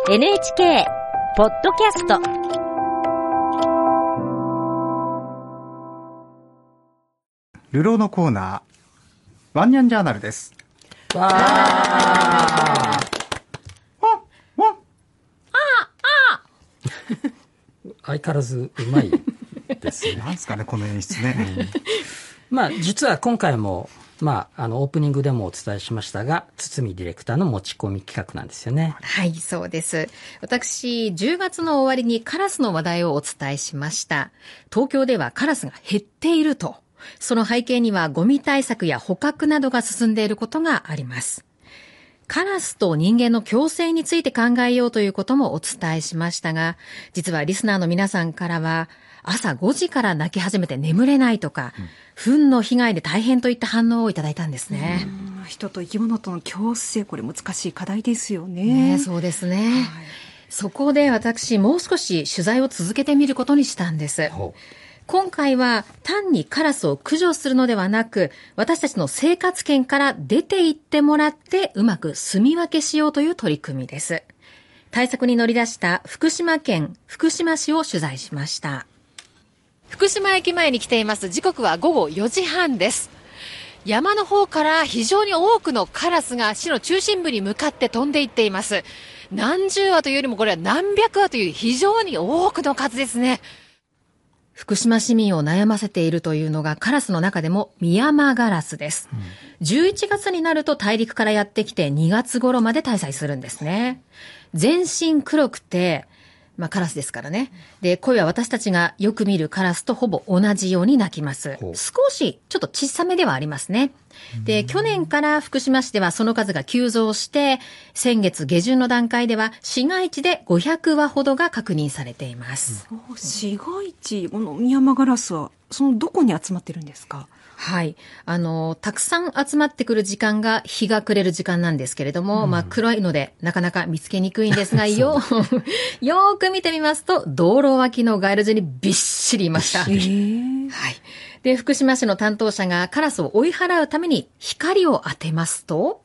NHK ポッドキャスト、 流浪のコーナー、ワンニャンジャーナルです。わーわっ相変わらずうまいですね。 なんですかね、この演出ね。 まあ、実は今回も、オープニングでもお伝えしましたが、堤ディレクターの持ち込み企画なんですよね。 はい、そうです。私、10月の終わりにカラスの話題をお伝えしました。東京ではカラスが減っていると。その背景にはゴミ対策や捕獲などが進んでいることがあります。カラスと人間の共生について考えようということもお伝えしましたが、実はリスナーの皆さんからは、朝5時から鳴き始めて眠れないとか、糞の被害で大変といった反応をいただいたんですね。 人と生き物との共生、これ難しい課題ですよね。 そうですね。はい、そこで私、もう少し取材を続けてみることにしたんです。今回は単にカラスを駆除するのではなく、私たちの生活圏から出て行ってもらってうまく住み分けしようという取り組みです。対策に乗り出した福島県福島市を取材しました。福島駅前に来ています。時刻は午後4時半です。山の方から非常に多くのカラスが市の中心部に向かって飛んでいっています。何十羽というよりもこれは何百羽という非常に多くの数ですね。福島市民を悩ませているというのがカラスの中でもミヤマガラスです。11月になると大陸からやってきて2月頃まで滞在するんですね。全身黒くて、カラスですからね。で、声は私たちがよく見るカラスとほぼ同じように鳴きます。少しちょっと小さめではありますね。で、去年から福島市ではその数が急増して、先月下旬の段階では市街地で500羽ほどが確認されています。 市街地、このミヤマガラスはそのどこに集まってるんですか？ はい。たくさん集まってくる時間が日が暮れる時間なんですけれども、黒いのでなかなか見つけにくいんですが、よーく見てみますと、道路脇の街路樹にびっしりいました。はい。で、福島市の担当者がカラスを追い払うために光を当てますと、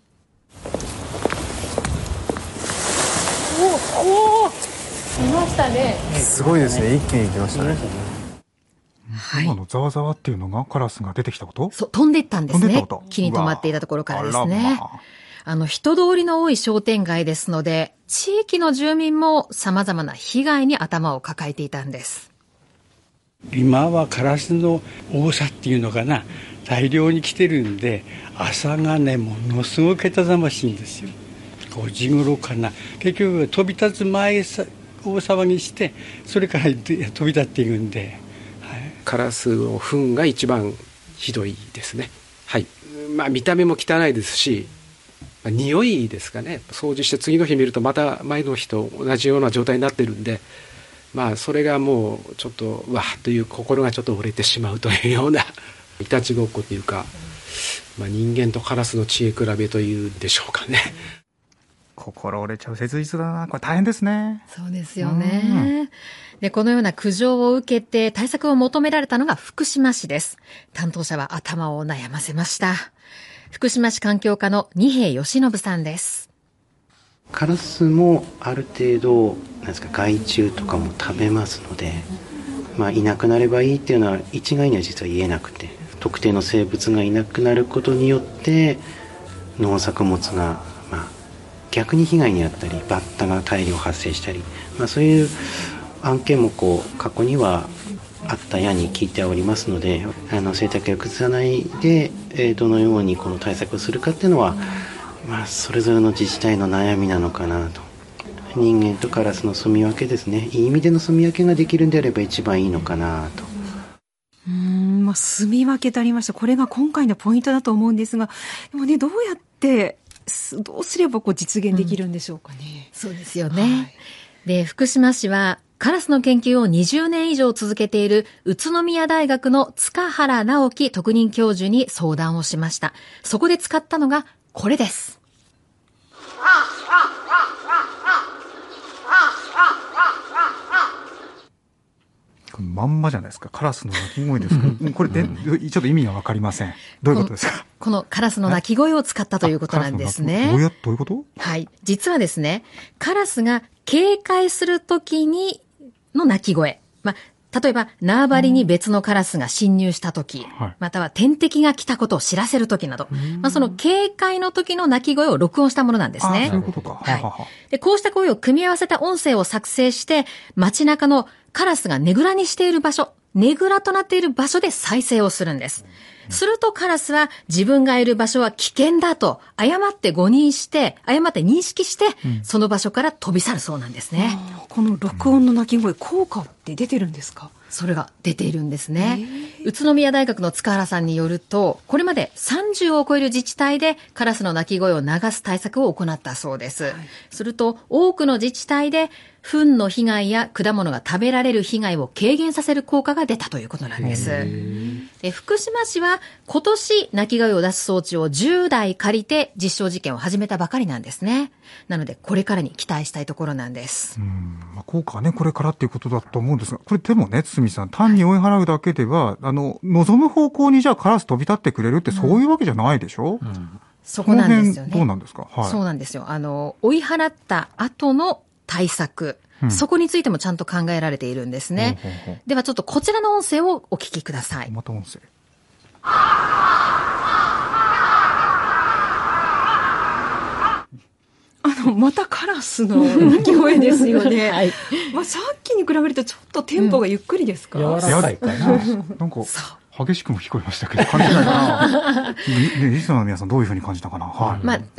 いましたね。 すごいですね。一気に行きましたね。 はい、 今のざわざわっていうのがカラスが出てきたこと？ そう、飛んでいったんですね。木に止まっていたところからですね。人通りの多い商店街ですので、地域の住民も様々な被害に頭を抱えていたんです。 今はカラスの多さっていうのかな、大量に来てるんで、朝がね、ものすごくけたたましいんですよ。5時頃かな。結局飛び立つ前大騒ぎして、それから飛び立っていくんで、 カラスの糞が一番ひどいですね。はい。見た目も汚いですし、匂いですかね。掃除して次の日見るとまた前の日と同じような状態になってるんで、それがもうちょっとわーという心がちょっと折れてしまうというようないたちごっこというか、人間とカラスの知恵比べというんでしょうかね。 心折れちゃう切実だな。これ大変ですね。 そうですよね。で、このような苦情を受けて対策を求められたのが福島市です。担当者は頭を悩ませました。福島市環境課の二瓶義信さんです。 カラスもある程度害虫とかも食べますので、いなくなればいいっていうのは一概には実は言えなくて、特定の生物がいなくなることによって農作物が逆に被害に遭ったり、バッタが大量発生したり、そういう案件も過去にはあったやに聞いておりますので、生態系を崩さないで、どのようにこの対策をするかっていうのは、それぞれの自治体の悩みなのかなと。人間とカラスの住み分けですね。いい意味での住み分けができるんであれば一番いいのかなと。 住み分けとありました。これが今回のポイントだと思うんですが、でもね、どうすれば実現できるんでしょうかね。 そうですよね。で、福島市はカラスの研究を20年以上続けている宇都宮大学の塚原直樹特任教授に相談をしました。そこで使ったのがこれです。 まんまじゃないですか。カラスの鳴き声ですけど、これで、ちょっと意味がわかりません。どういうことですか？ このカラスの鳴き声を使ったということなんですね。 どういうこと？ はい。実はですね、カラスが警戒するときにの鳴き声。例えば、縄張りに別のカラスが侵入したとき、または天敵が来たことを知らせるときなど、その警戒の時の鳴き声を録音したものなんですね。 そういうことか。 はい。で、こうした声を組み合わせた音声を作成して、街中のカラスがねぐらにしている場所、ねぐらとなっている場所で再生をするんです。するとカラスは自分がいる場所は危険だと誤って認識して、その場所から飛び去るそうなんですね。 この録音の鳴き声、効果って出てるんですか？ それが出ているんですね。宇都宮大学の塚原さんによると、これまで30を超える自治体でカラスの鳴き声を流す対策を行ったそうです。すると、多くの自治体で糞の被害や果物が食べられる被害を軽減させる効果が出たということなんです。福島市は今年鳴き声を出す装置を10台借りて実証実験を始めたばかりなんですね。なのでこれからに期待したいところなんです。 効果はね、これからっていうことだと思うんですが、これでもね、堤さん、単に追い払うだけでは、望む方向にじゃあカラス飛び立ってくれるってそういうわけじゃないでしょ？ そこなんですよね。 どうなんですか？はい。 そうなんですよ。追い払った後の対策、そこについてもちゃんと考えられているんですね。ではちょっとこちらの音声をお聞きください。 また音声。 またカラスの鳴き声ですよね。 はい。 さっきに比べるとちょっとテンポがゆっくりですか？ 柔らかいかな。 なんか激しくも聞こえましたけど、感じないかな。リスナーの皆さんどういうふうに感じたかな。はい。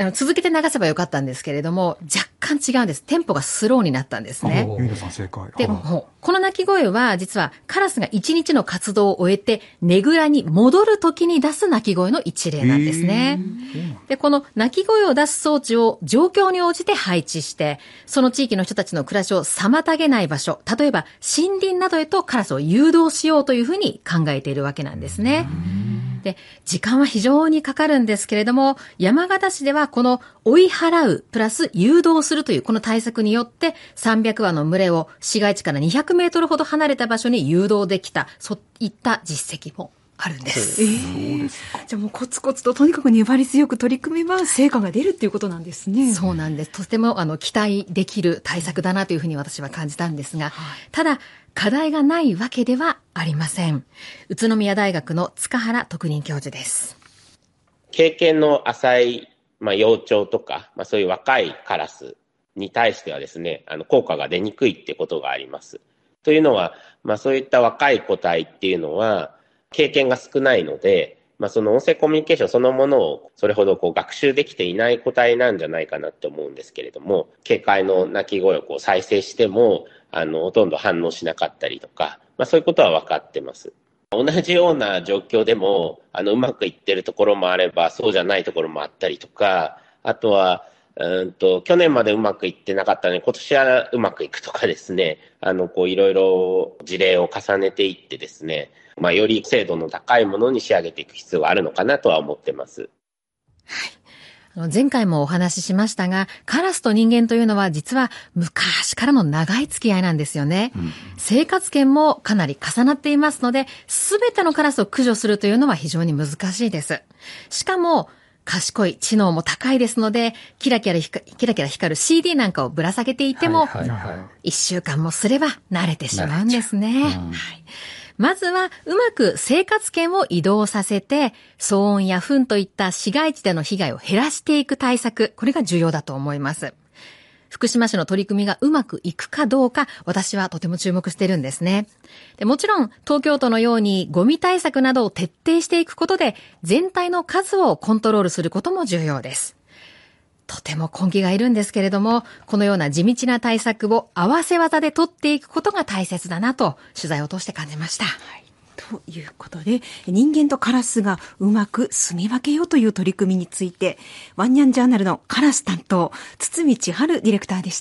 続けて流せばよかったんですけれども、若干違うんです。テンポがスローになったんですね。 ゆいなさん正解。 でも、この鳴き声は実はカラスが一日の活動を終えてねぐらに戻る時に出す鳴き声の一例なんですね。で、この鳴き声を出す装置を状況に応じて配置して、その地域の人たちの暮らしを妨げない場所、例えば森林などへとカラスを誘導しようというふうに考えているわけなんですね。で、時間は非常にかかるんですけれども、山形市ではこの追い払うプラス誘導するというこの対策によって300羽の群れを市街地から200メートルほど離れた場所に誘導できた、そういった実績もあるんです。 そうですか。じゃあもうコツコツととにかく粘り強く取り組めば成果が出るっていうことなんですね。 そうなんです。とても期待できる対策だなというふうに私は感じたんですが、ただ課題がないわけではありません。宇都宮大学の塚原特任教授です。 経験の浅い、幼鳥とか、そういう若いカラスに対してはですね、効果が出にくいってことがあります。というのは、そういった若い個体っていうのは経験が少ないので、その音声コミュニケーションそのものをそれほど学習できていない個体なんじゃないかなって思うんですけれども、警戒の鳴き声を再生してもほとんど反応しなかったりとか、そういうことは分かってます。同じような状況でもうまくいってるところもあればそうじゃないところもあったりとか、あとは去年までうまくいってなかったのに今年はうまくいくとかですね、いろいろ事例を重ねていってですね、より精度の高いものに仕上げていく必要があるのかなとは思ってます。 はい。前回もお話ししましたが、カラスと人間というのは実は昔からの長い付き合いなんですよね。生活圏もかなり重なっていますので、すべてのカラスを駆除するというのは非常に難しいです。しかも、賢い、知能も高いですので、キラキラ光る CD なんかをぶら下げていても、1週間もすれば慣れてしまうんですね。はい。まずはうまく生活圏を移動させて、騒音や糞といった市街地での被害を減らしていく対策、これが重要だと思います。福島市の取り組みがうまくいくかどうか、私はとても注目しているんですね。で、もちろん東京都のようにゴミ対策などを徹底していくことで、全体の数をコントロールすることも重要です。とても根気がいるんですけれども、このような地道な対策を合わせ技で取っていくことが大切だなと取材を通して感じました。 ということで、人間とカラスがうまく住み分けようという取り組みについて、ワンニャンジャーナルのカラス担当、堤千春ディレクターでした。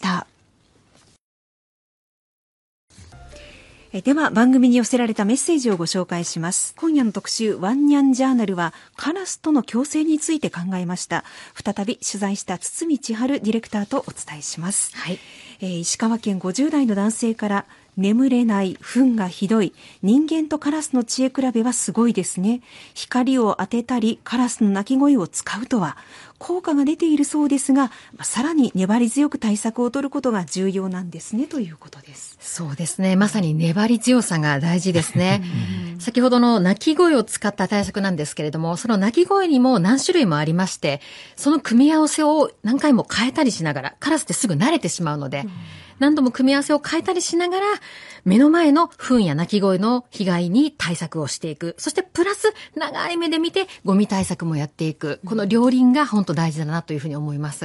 では番組に寄せられたメッセージをご紹介します。今夜の特集ワンニャンジャーナルはカラスとの共生について考えました。再び取材した堤千春ディレクターとお伝えします。はい。石川県50代の男性から、 眠れない、糞がひどい、人間とカラスの知恵比べはすごいですね。光を当てたりカラスの鳴き声を使うとは効果が出ているそうですが、さらに粘り強く対策を取ることが重要なんですね、ということです。 そうですね。まさに粘り強さが大事ですね。先ほどの鳴き声を使った対策なんですけれども、その鳴き声にも何種類もありまして、その組み合わせを何回も変えたりしながら、カラスってすぐ慣れてしまうので、何度も組み合わせを変えたりしながら、目の前の糞や鳴き声の被害に対策をしていく。そしてプラス長い目で見てゴミ対策もやっていく。この両輪が本当大事だなというふうに思います。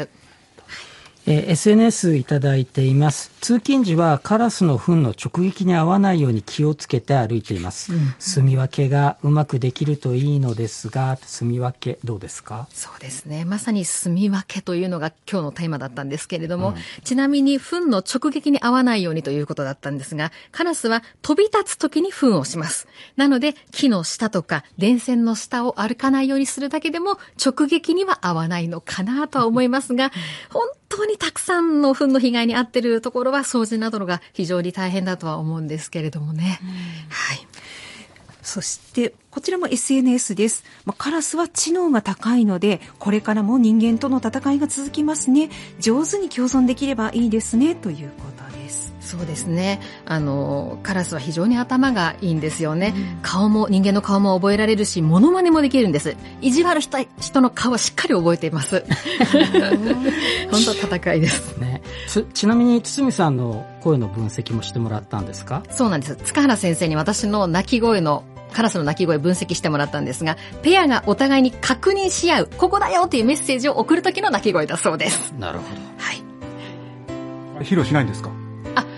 SNS いただいています。通勤時はカラスの糞の直撃に合わないように気をつけて歩いています。住み分けがうまくできるといいのですが、住み分けどうですか？ そうですね。まさに住み分けというのが今日のテーマだったんですけれども、ちなみに糞の直撃に合わないようにということだったんですが、カラスは飛び立つ時に糞をします。なので木の下とか電線の下を歩かないようにするだけでも直撃には合わないのかなとは思いますが、本当にたくさんの糞の被害に遭っているところは掃除などが非常に大変だとは思うんですけれどもね。はい。 そしてこちらも SNS です。カラスは知能が高いので、これからも人間との戦いが続きますね。上手に共存できればいいですね、ということです。 そうですね。カラスは非常に頭がいいんですよね。人間の顔も覚えられるし、モノマネもできるんです。意地悪した人の顔はしっかり覚えています。本当戦いですね。 ちなみに堤さんの声の分析もしてもらったんですか？ そうなんです。塚原先生に私の鳴き声のカラスの鳴き声分析してもらったんですが、ペアがお互いに確認し合う、ここだよっていうメッセージを送る時の鳴き声だそうです。 なるほど。 はい。 披露しないんですか？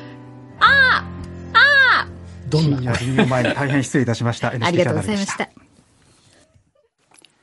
どんな深夜便を前に大変失礼いたしました。 ありがとうございました。